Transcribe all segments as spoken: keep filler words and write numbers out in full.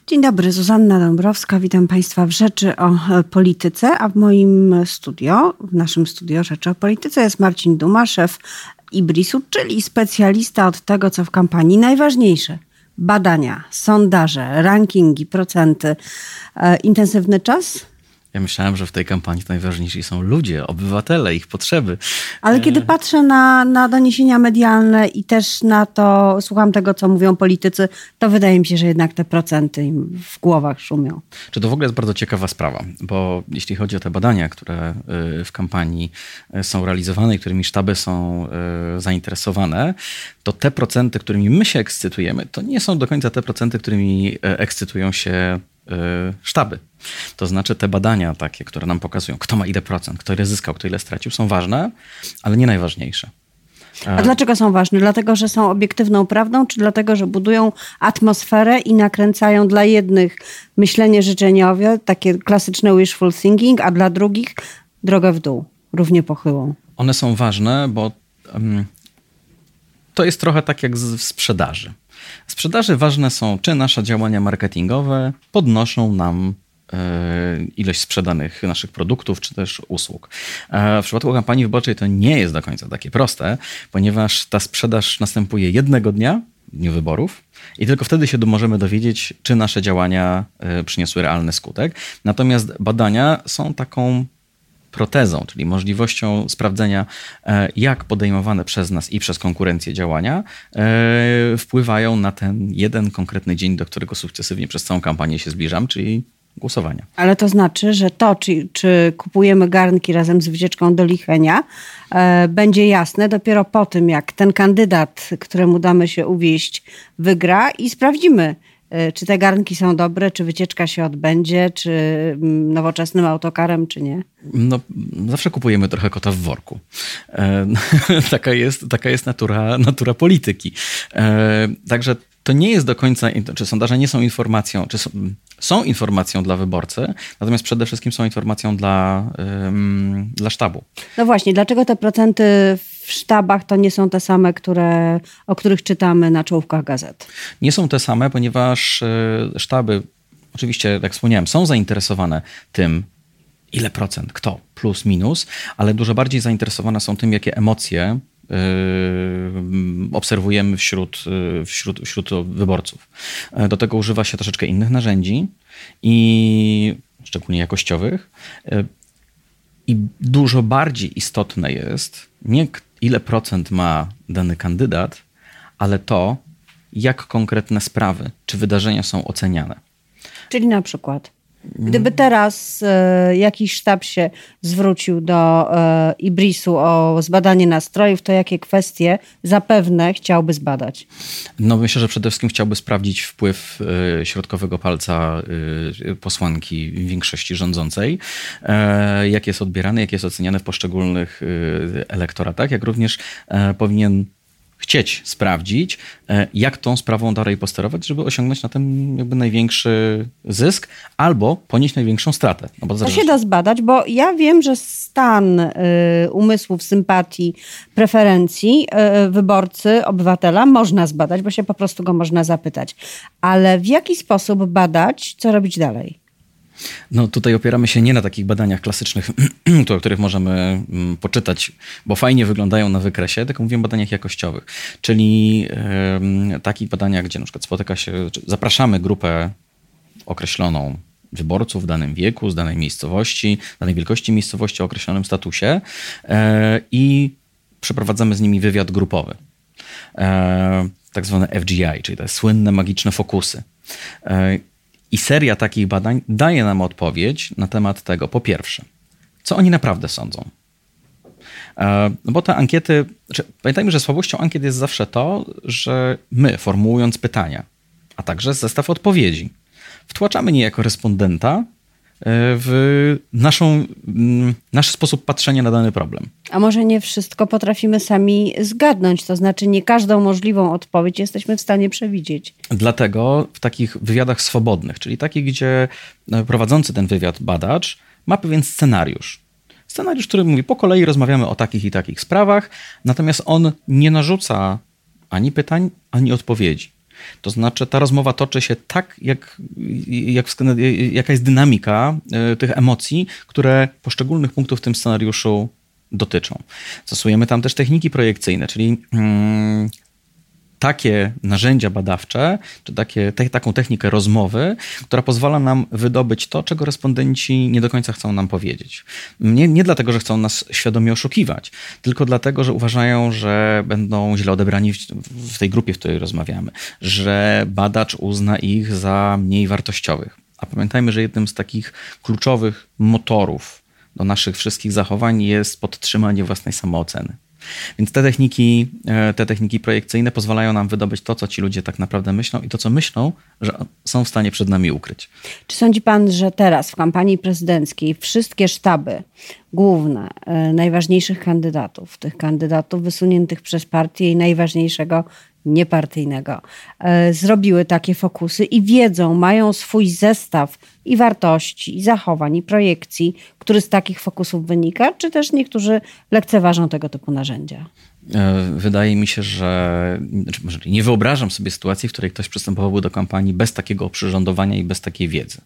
Dzień dobry, Zuzanna Dąbrowska. Witam Państwa w Rzeczy o Polityce, a w moim studio, w naszym studio Rzeczy o Polityce jest Marcin Duma, szef Ibrisu, czyli specjalista od tego, co w kampanii najważniejsze. Badania, sondaże, rankingi, procenty. E, intensywny czas? Ja myślałem, że w tej kampanii najważniejsi są ludzie, obywatele, ich potrzeby. Ale kiedy patrzę na, na doniesienia medialne i też na to, słucham tego, co mówią politycy, to wydaje mi się, że jednak te procenty im w głowach szumią. Czy to w ogóle jest bardzo ciekawa sprawa, bo jeśli chodzi o te badania, które w kampanii są realizowane i którymi sztaby są zainteresowane, to te procenty, którymi my się ekscytujemy, to nie są do końca te procenty, którymi ekscytują się sztaby. To znaczy te badania takie, które nam pokazują, kto ma ile procent, kto ile zyskał, kto ile stracił, są ważne, ale nie najważniejsze. A dlaczego są ważne? Dlatego, że są obiektywną prawdą, czy dlatego, że budują atmosferę i nakręcają dla jednych myślenie życzeniowe, takie klasyczne wishful thinking, a dla drugich drogę w dół, równie pochyłą? One są ważne, bo um, to jest trochę tak jak w sprzedaży. W sprzedaży ważne są, czy nasze działania marketingowe podnoszą nam ilość sprzedanych naszych produktów, czy też usług. W przypadku kampanii wyborczej to nie jest do końca takie proste, ponieważ ta sprzedaż następuje jednego dnia, w dniu wyborów, i tylko wtedy się możemy dowiedzieć, czy nasze działania przyniosły realny skutek. Natomiast badania są taką protezą, czyli możliwością sprawdzenia, jak podejmowane przez nas i przez konkurencję działania wpływają na ten jeden konkretny dzień, do którego sukcesywnie przez całą kampanię się zbliżam, czyli głosowania. Ale to znaczy, że to, czy, czy kupujemy garnki razem z wycieczką do Lichenia, e, będzie jasne dopiero po tym, jak ten kandydat, któremu damy się uwieść, wygra i sprawdzimy, e, czy te garnki są dobre, czy wycieczka się odbędzie, czy m, nowoczesnym autokarem, czy nie. No, zawsze kupujemy trochę kota w worku. E, taka jest, taka jest natura, natura polityki. E, także to nie jest do końca, czy sondaże nie są informacją, czy są, są informacją dla wyborcy, natomiast przede wszystkim są informacją dla, ym, dla sztabu. No właśnie, dlaczego te procenty w sztabach to nie są te same, które, o których czytamy na czołówkach gazet? Nie są te same, ponieważ y, sztaby, oczywiście, jak wspomniałem, są zainteresowane tym, ile procent, kto, plus, minus, ale dużo bardziej zainteresowane są tym, jakie emocje Yy, obserwujemy wśród, wśród, wśród wyborców. Do tego używa się troszeczkę innych narzędzi, i szczególnie jakościowych. I dużo bardziej istotne jest nie ile procent ma dany kandydat, ale to, jak konkretne sprawy czy wydarzenia są oceniane. Czyli na przykład? Gdyby teraz e, jakiś sztab się zwrócił do e, Ibrisu o zbadanie nastrojów, to jakie kwestie zapewne chciałby zbadać? No myślę, że przede wszystkim chciałby sprawdzić wpływ e, środkowego palca e, posłanki większości rządzącej, e, jak jest odbierany, jak jest oceniany w poszczególnych e, elektoratach, jak również e, powinien chcieć sprawdzić, jak tą sprawą dalej posterować, żeby osiągnąć na tym jakby największy zysk albo ponieść największą stratę. No bo to się da zbadać, bo ja wiem, że stan y, umysłów, sympatii, preferencji y, wyborcy, obywatela można zbadać, bo się po prostu go można zapytać. Ale w jaki sposób badać, co robić dalej? No tutaj opieramy się nie na takich badaniach klasycznych, o których możemy poczytać, bo fajnie wyglądają na wykresie, tylko mówimy o badaniach jakościowych. Czyli y, takich badaniach, gdzie na przykład spotyka się, zapraszamy grupę określoną wyborców w danym wieku, z danej miejscowości, danej wielkości miejscowości o określonym statusie y, i przeprowadzamy z nimi wywiad grupowy. Y, tak zwane F G I, czyli te słynne magiczne fokusy. Y, I seria takich badań daje nam odpowiedź na temat tego, po pierwsze, co oni naprawdę sądzą. No bo te ankiety, znaczy, pamiętajmy, że słabością ankiet jest zawsze to, że my, formułując pytania, a także zestaw odpowiedzi, wtłaczamy niejako respondenta w naszą, nasz sposób patrzenia na dany problem. A może nie wszystko potrafimy sami zgadnąć, to znaczy nie każdą możliwą odpowiedź jesteśmy w stanie przewidzieć. Dlatego w takich wywiadach swobodnych, czyli takich, gdzie prowadzący ten wywiad badacz ma pewien scenariusz. Scenariusz, który mówi, po kolei rozmawiamy o takich i takich sprawach, natomiast on nie narzuca ani pytań, ani odpowiedzi. To znaczy ta rozmowa toczy się tak, jak, jak, jaka jest dynamika tych emocji, które poszczególnych punktów w tym scenariuszu dotyczą. Stosujemy tam też techniki projekcyjne, czyli hmm, takie narzędzia badawcze, czy takie, te, taką technikę rozmowy, która pozwala nam wydobyć to, czego respondenci nie do końca chcą nam powiedzieć. Nie, nie dlatego, że chcą nas świadomie oszukiwać, tylko dlatego, że uważają, że będą źle odebrani w, w tej grupie, w której rozmawiamy, że badacz uzna ich za mniej wartościowych. A pamiętajmy, że jednym z takich kluczowych motorów do naszych wszystkich zachowań jest podtrzymanie własnej samooceny. Więc te techniki, te techniki projekcyjne pozwalają nam wydobyć to, co ci ludzie tak naprawdę myślą i to, co myślą, że są w stanie przed nami ukryć. Czy sądzi pan, że teraz w kampanii prezydenckiej wszystkie sztaby główne najważniejszych kandydatów, tych kandydatów wysuniętych przez partię i najważniejszego niepartyjnego, zrobiły takie fokusy i wiedzą, mają swój zestaw i wartości, i zachowań, i projekcji, który z takich fokusów wynika, czy też niektórzy lekceważą tego typu narzędzia? Wydaje mi się, że może nie wyobrażam sobie sytuacji, w której ktoś przystępowałby do kampanii bez takiego oprzyrządowania i bez takiej wiedzy.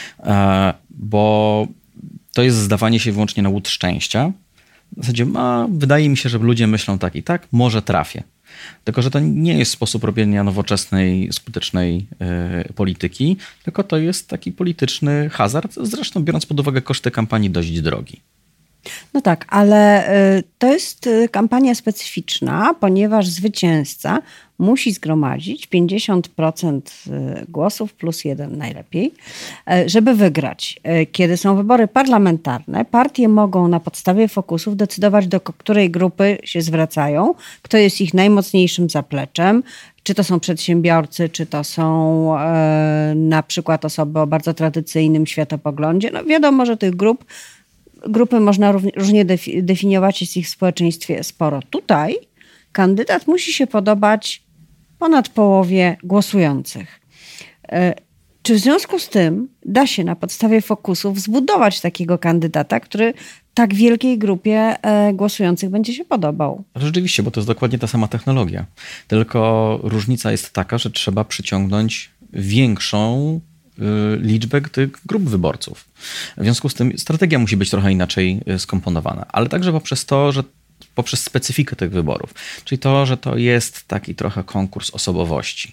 Bo to jest zdawanie się wyłącznie na łód szczęścia. W zasadzie a, wydaje mi się, że ludzie myślą tak i tak, może trafię. Tylko że to nie jest sposób robienia nowoczesnej, skutecznej y, polityki, tylko to jest taki polityczny hazard, zresztą biorąc pod uwagę koszty kampanii dość drogi. No tak, ale y, to jest y, kampania specyficzna, ponieważ zwycięzca musi zgromadzić pięćdziesiąt procent głosów plus jeden najlepiej, żeby wygrać. Kiedy są wybory parlamentarne, partie mogą na podstawie fokusów decydować, do której grupy się zwracają, kto jest ich najmocniejszym zapleczem, czy to są przedsiębiorcy, czy to są e, na przykład osoby o bardzo tradycyjnym światopoglądzie. No wiadomo, że tych grup Grupy można różnie definiować, jest ich w społeczeństwie sporo. Tutaj kandydat musi się podobać ponad połowie głosujących. Czy w związku z tym da się na podstawie fokusów zbudować takiego kandydata, który tak wielkiej grupie głosujących będzie się podobał? Rzeczywiście, bo to jest dokładnie ta sama technologia. Tylko różnica jest taka, że trzeba przyciągnąć większą liczbę tych grup wyborców. W związku z tym strategia musi być trochę inaczej skomponowana, ale także poprzez to, że poprzez specyfikę tych wyborów, czyli to, że to jest taki trochę konkurs osobowości.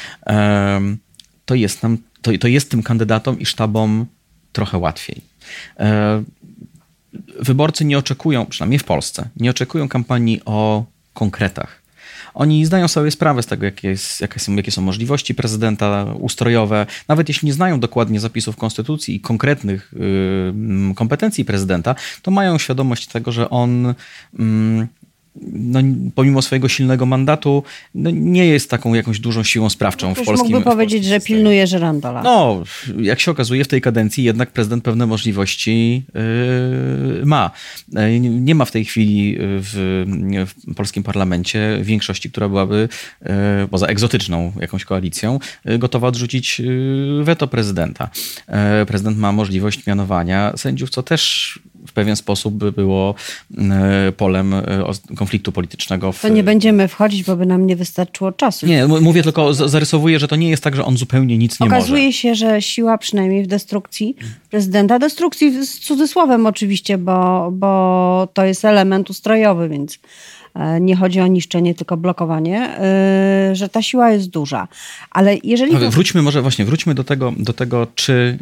To jest, nam, to, to jest tym kandydatom i sztabom trochę łatwiej. Wyborcy nie oczekują, przynajmniej w Polsce, nie oczekują kampanii o konkretach. Oni zdają sobie sprawę z tego, jakie, jest, jakie, są, jakie są możliwości prezydenta ustrojowe. Nawet jeśli nie znają dokładnie zapisów konstytucji i konkretnych y, kompetencji prezydenta, to mają świadomość tego, że on y, no, pomimo swojego silnego mandatu no, nie jest taką jakąś dużą siłą sprawczą Ktoś w polskim mógłby powiedzieć, że systemie. Pilnuje żerandola. No, jak się okazuje, w tej kadencji jednak prezydent pewne możliwości yy, ma. Nie ma w tej chwili w, w polskim parlamencie większości, która byłaby yy, poza egzotyczną jakąś koalicją yy, gotowa odrzucić yy, weto prezydenta. Yy, prezydent ma możliwość mianowania sędziów, co też w pewien sposób by było yy, polem yy, konfliktu politycznego. W... To nie będziemy wchodzić, bo by nam nie wystarczyło czasu. Nie, mówię tylko, zarysowuję, że to nie jest tak, że on zupełnie nic nie Okazuje może. Okazuje się, że siła przynajmniej w destrukcji prezydenta, destrukcji z cudzysłowem oczywiście, bo, bo to jest element ustrojowy, więc nie chodzi o niszczenie, tylko blokowanie, że ta siła jest duża. Ale jeżeli... Ale wróćmy może właśnie, wróćmy do tego, do tego czy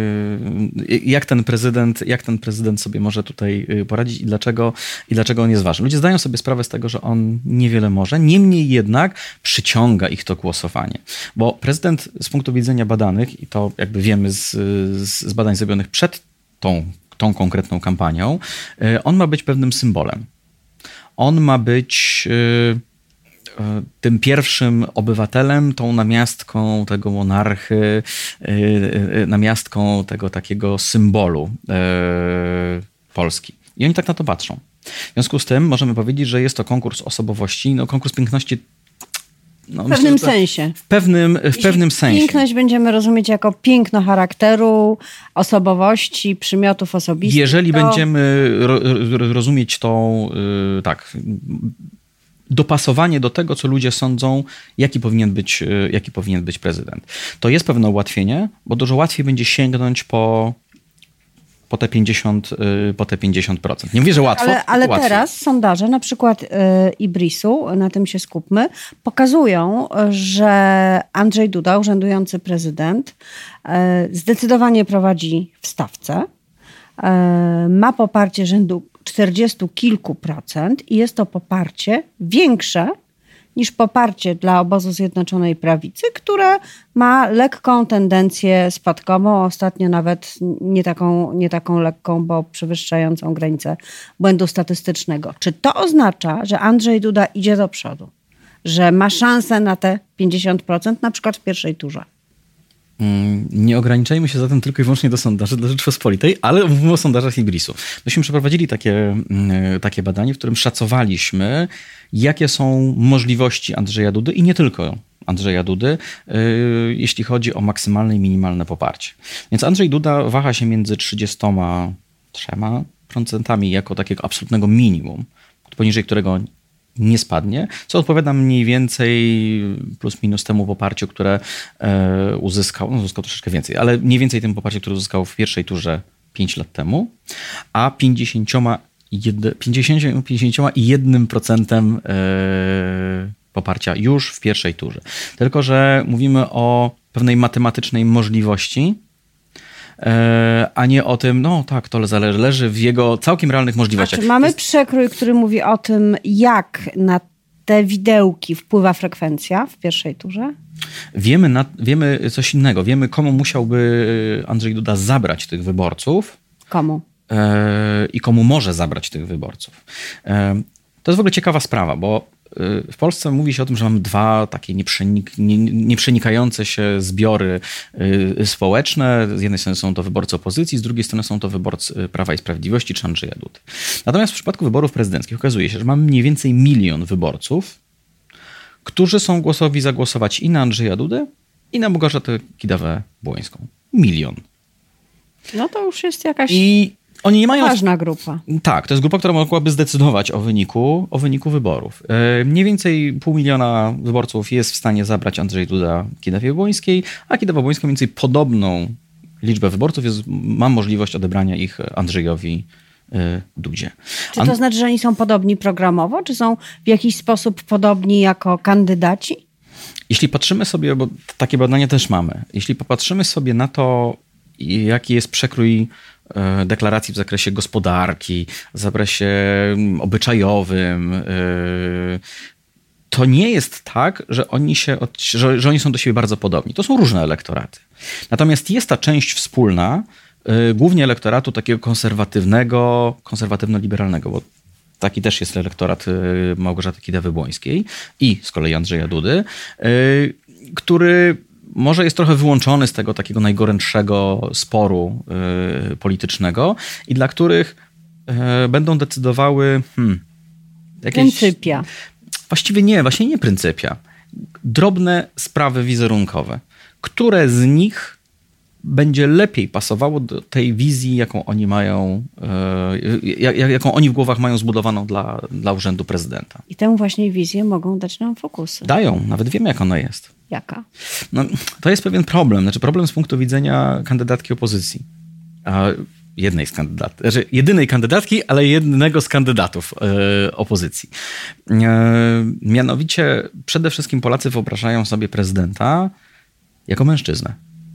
jak ten prezydent, jak ten prezydent sobie może tutaj poradzić i dlaczego, i dlaczego on jest ważny. Ludzie zdają sobie sprawę z tego, że on niewiele może, niemniej jednak przyciąga ich to głosowanie. Bo prezydent z punktu widzenia badanych, i to jakby wiemy z, z badań zrobionych przed tą, tą konkretną kampanią, on ma być pewnym symbolem. On ma być y, y, tym pierwszym obywatelem, tą namiastką tego monarchy, y, y, namiastką tego takiego symbolu y, Polski. I oni tak na to patrzą. W związku z tym możemy powiedzieć, że jest to konkurs osobowości, no konkurs piękności. No, w pewnym myślę, sensie. W pewnym, w pewnym sensie. Piękność będziemy rozumieć jako piękno charakteru, osobowości, przymiotów osobistych. Jeżeli to... będziemy ro, rozumieć tą, yy, tak, dopasowanie do tego, co ludzie sądzą, jaki powinien być, jaki powinien być prezydent. To jest pewne ułatwienie, bo dużo łatwiej będzie sięgnąć po, po, te, pięćdziesiąt, po te pięćdziesiąt procent. Nie mówię, że łatwo, ale, ale łatwiej. teraz sondaże, na przykład y, Ibrisu, na tym się skupmy, pokazują, że Andrzej Duda, urzędujący prezydent, y, zdecydowanie prowadzi w stawce. Y, ma poparcie rzędu czterdziestu kilku procent i jest to poparcie większe niż poparcie dla obozu Zjednoczonej Prawicy, które ma lekką tendencję spadkową, ostatnio nawet nie taką, nie taką lekką, bo przewyższającą granicę błędu statystycznego. Czy to oznacza, że Andrzej Duda idzie do przodu? Że ma szansę na te pięćdziesiąt procent na przykład w pierwszej turze? Nie ograniczajmy się zatem tylko i wyłącznie do sondaży dla Rzeczpospolitej, ale mówimy o sondażach Ibrisu. Myśmy przeprowadzili takie, takie badanie, w którym szacowaliśmy, jakie są możliwości Andrzeja Dudy i nie tylko Andrzeja Dudy, jeśli chodzi o maksymalne i minimalne poparcie. Więc Andrzej Duda waha się między trzydziestoma trzema procentami jako takiego absolutnego minimum, poniżej którego nie spadnie, co odpowiada mniej więcej plus minus temu poparciu, które e, uzyskał, no uzyskał troszeczkę więcej, ale mniej więcej temu poparciu, które uzyskał w pierwszej turze pięć lat temu, a pięćdziesiąt jeden procent e, poparcia już w pierwszej turze. Tylko że mówimy o pewnej matematycznej możliwości, a nie o tym, no tak, to zależy, leży w jego całkiem realnych możliwościach. A czy mamy jest... przekrój, który mówi o tym, jak na te widełki wpływa frekwencja w pierwszej turze? Wiemy, na, wiemy coś innego. Wiemy, komu musiałby Andrzej Duda zabrać tych wyborców. Komu? E, I komu może zabrać tych wyborców. E, to jest w ogóle ciekawa sprawa, bo w Polsce mówi się o tym, że mamy dwa takie nieprzenik- nie, nieprzenikające się zbiory y, społeczne. Z jednej strony są to wyborcy opozycji, z drugiej strony są to wyborcy Prawa i Sprawiedliwości czy Andrzeja Dudy. Natomiast w przypadku wyborów prezydenckich okazuje się, że mamy mniej więcej milion wyborców, którzy są głosowi zagłosować i na Andrzeja Dudę, i na Małgorzatę Kidawę-Błońską. Milion. No to już jest jakaś... I oni nie mają... ważna grupa. Tak, to jest grupa, która mogłaby zdecydować o wyniku, o wyniku wyborów. Yy, mniej więcej pół miliona wyborców jest w stanie zabrać Andrzej Duda Kidawie-Błońskiej, a Kidawa-Błońska mniej więcej podobną liczbę wyborców jest, ma możliwość odebrania ich Andrzejowi yy, Dudzie. Czy to znaczy, że oni są podobni programowo, czy są w jakiś sposób podobni jako kandydaci? Jeśli patrzymy sobie, bo takie badania też mamy, jeśli popatrzymy sobie na to, jaki jest przekrój deklaracji w zakresie gospodarki, w zakresie obyczajowym, to nie jest tak, że oni, się, że, że oni są do siebie bardzo podobni. To są różne elektoraty. Natomiast jest ta część wspólna, głównie elektoratu takiego konserwatywnego, konserwatywno-liberalnego, bo taki też jest elektorat Małgorzaty Kidawy-Błońskiej i z kolei Andrzeja Dudy, który może jest trochę wyłączony z tego takiego najgorętszego sporu y, politycznego i dla których y, będą decydowały hmm, jakieś... Pryncypia. Właściwie nie, właśnie nie pryncypia. Drobne sprawy wizerunkowe. Które z nich będzie lepiej pasowało do tej wizji, jaką oni mają, y, jak, jaką oni w głowach mają zbudowaną dla, dla urzędu prezydenta. I tę właśnie wizję mogą dać nam fokusy. Dają, nawet wiemy, jak ona jest. Jaka? No, to jest pewien problem. Znaczy problem z punktu widzenia kandydatki opozycji. A jednej z kandydatów. Znaczy jedynej kandydatki, ale jednego z kandydatów yy, opozycji. Yy, mianowicie przede wszystkim Polacy wyobrażają sobie prezydenta jako mężczyznę.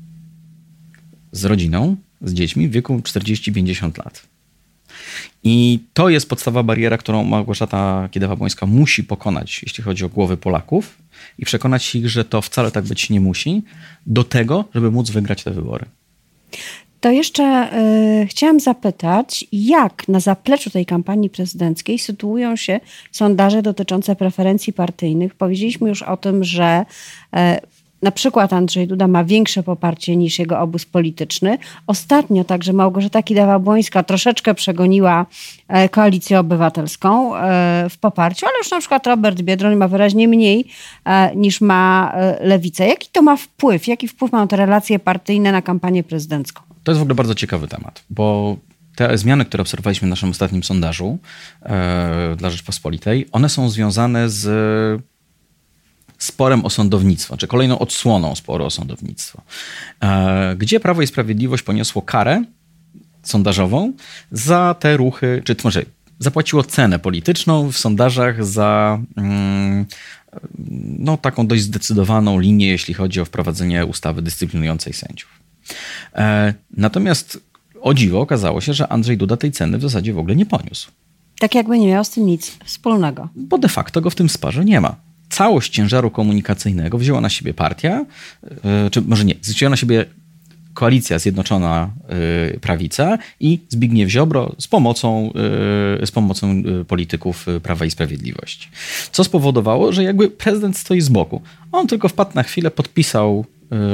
Z rodziną, z dziećmi w wieku czterdzieści pięćdziesiąt lat. I to jest podstawowa bariera, którą Małgorzata Kidawa-Błońska musi pokonać, jeśli chodzi o głowy Polaków i przekonać ich, że to wcale tak być nie musi, do tego, żeby móc wygrać te wybory. To jeszcze y, chciałam zapytać, jak na zapleczu tej kampanii prezydenckiej sytuują się sondaże dotyczące preferencji partyjnych? Powiedzieliśmy już o tym, że y, na przykład Andrzej Duda ma większe poparcie niż jego obóz polityczny. Ostatnio także Małgorzata Kidawa-Błońska troszeczkę przegoniła Koalicję Obywatelską w poparciu, ale już na przykład Robert Biedroń ma wyraźnie mniej niż ma Lewica. Jaki to ma wpływ? Jaki wpływ mają te relacje partyjne na kampanię prezydencką? To jest w ogóle bardzo ciekawy temat, bo te zmiany, które obserwowaliśmy w naszym ostatnim sondażu e, dla Rzeczpospolitej, one są związane z sporem o sądownictwo, czy kolejną odsłoną sporu o sądownictwo, e, gdzie Prawo i Sprawiedliwość poniosło karę sondażową za te ruchy, czy może zapłaciło cenę polityczną w sondażach za mm, no, taką dość zdecydowaną linię, jeśli chodzi o wprowadzenie ustawy dyscyplinującej sędziów. E, natomiast o dziwo okazało się, że Andrzej Duda tej ceny w zasadzie w ogóle nie poniósł. Tak jakby nie miał z tym nic wspólnego. Bo de facto go w tym sporze nie ma. Całość ciężaru komunikacyjnego wzięła na siebie partia, e, czy może nie, wzięła na siebie Koalicja Zjednoczona y, Prawica i Zbigniew Ziobro z pomocą, y, z pomocą y, polityków Prawa i Sprawiedliwości. Co spowodowało, że jakby prezydent stoi z boku. On tylko wpadł na chwilę, podpisał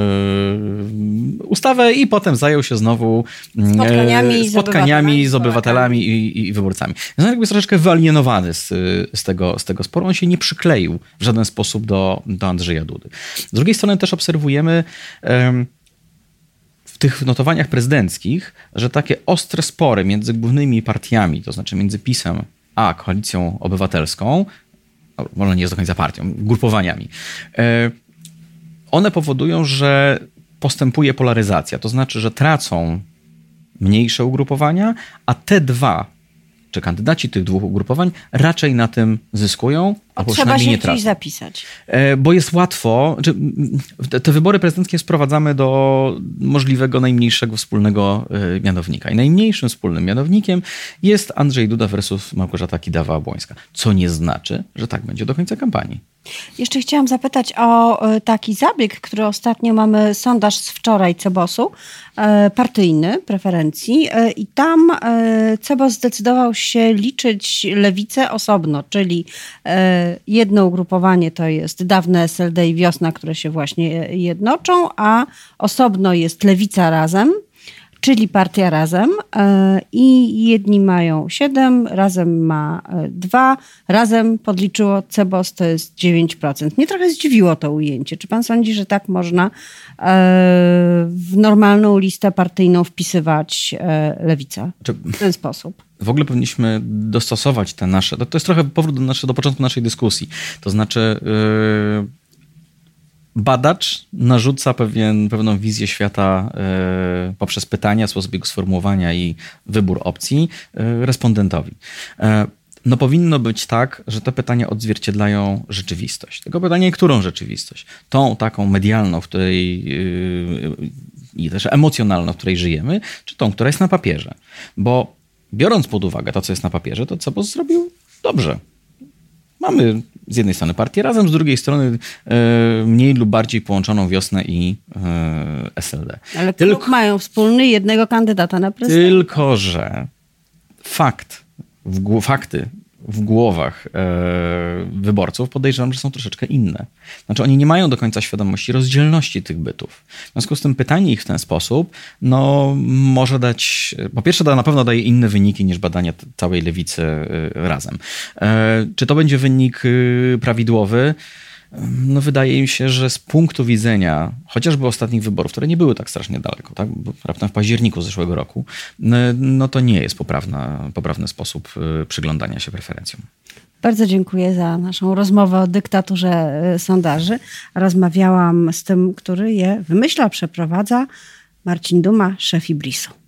y, ustawę i potem zajął się znowu y, spotkaniami, spotkaniami z, z obywatelami i, i wyborcami. Jest on jakby troszeczkę wyalienowany z, z, tego, z tego sporu. On się nie przykleił w żaden sposób do, do Andrzeja Dudy. Z drugiej strony też obserwujemy y, w tych notowaniach prezydenckich, że takie ostre spory między głównymi partiami, to znaczy między PiS-em a Koalicją Obywatelską, no, może nie jest do końca partią, grupowaniami, one powodują, że postępuje polaryzacja. To znaczy, że tracą mniejsze ugrupowania, a te dwa, czy kandydaci tych dwóch ugrupowań raczej na tym zyskują, albo przynajmniej nie tracą. Trzeba się gdzieś zapisać. Bo jest łatwo, czy te wybory prezydenckie sprowadzamy do możliwego najmniejszego wspólnego mianownika. I najmniejszym wspólnym mianownikiem jest Andrzej Duda versus Małgorzata Kidawa-Błońska. Co nie znaczy, że tak będzie do końca kampanii. Jeszcze chciałam zapytać o taki zabieg, który ostatnio mamy, sondaż z wczoraj Cebosu, partyjny, preferencji, i tam Cebos zdecydował się liczyć lewicę osobno, czyli jedno ugrupowanie to jest dawne S L D i Wiosna, które się właśnie jednoczą, a osobno jest Lewica Razem, czyli partia Razem, i jedni mają siedem, Razem ma dwa, Razem podliczyło Cebos, to jest dziewięć procent. Mnie trochę zdziwiło to ujęcie. Czy pan sądzi, że tak można w normalną listę partyjną wpisywać lewicę w ten sposób? W ogóle powinniśmy dostosować te nasze... To jest trochę powrót do, nasze, do początku naszej dyskusji. To znaczy... Yy... Badacz narzuca pewien, pewną wizję świata y, poprzez pytania, sposób jego sformułowania i wybór opcji y, respondentowi. Y, no powinno być tak, że te pytania odzwierciedlają rzeczywistość. Tylko pytanie, którą rzeczywistość? Tą taką medialną, w której y, i też emocjonalną, w której żyjemy, czy tą, która jest na papierze? Bo biorąc pod uwagę to, co jest na papierze, to Cebos zrobił dobrze. Mamy z jednej strony partię Razem, z drugiej strony e, mniej lub bardziej połączoną Wiosnę i e, S L D. Ale tylko mają wspólny jednego kandydata na prezydenta. Tylko, że fakt, w, fakty w głowach e, wyborców podejrzewam, że są troszeczkę inne. Znaczy oni nie mają do końca świadomości rozdzielności tych bytów. W związku z tym pytanie ich w ten sposób no, może dać, po pierwsze da, na pewno daje inne wyniki niż badania t- całej lewicy e, Razem. E, czy to będzie wynik e, prawidłowy? No wydaje mi się, że z punktu widzenia chociażby ostatnich wyborów, które nie były tak strasznie daleko, tak? Bo raptem w październiku zeszłego roku, no to nie jest poprawna, poprawny sposób przyglądania się preferencjom. Bardzo dziękuję za naszą rozmowę o dyktaturze sondaży. Rozmawiałam z tym, który je wymyśla, przeprowadza, Marcin Duma, szef Ibrisu.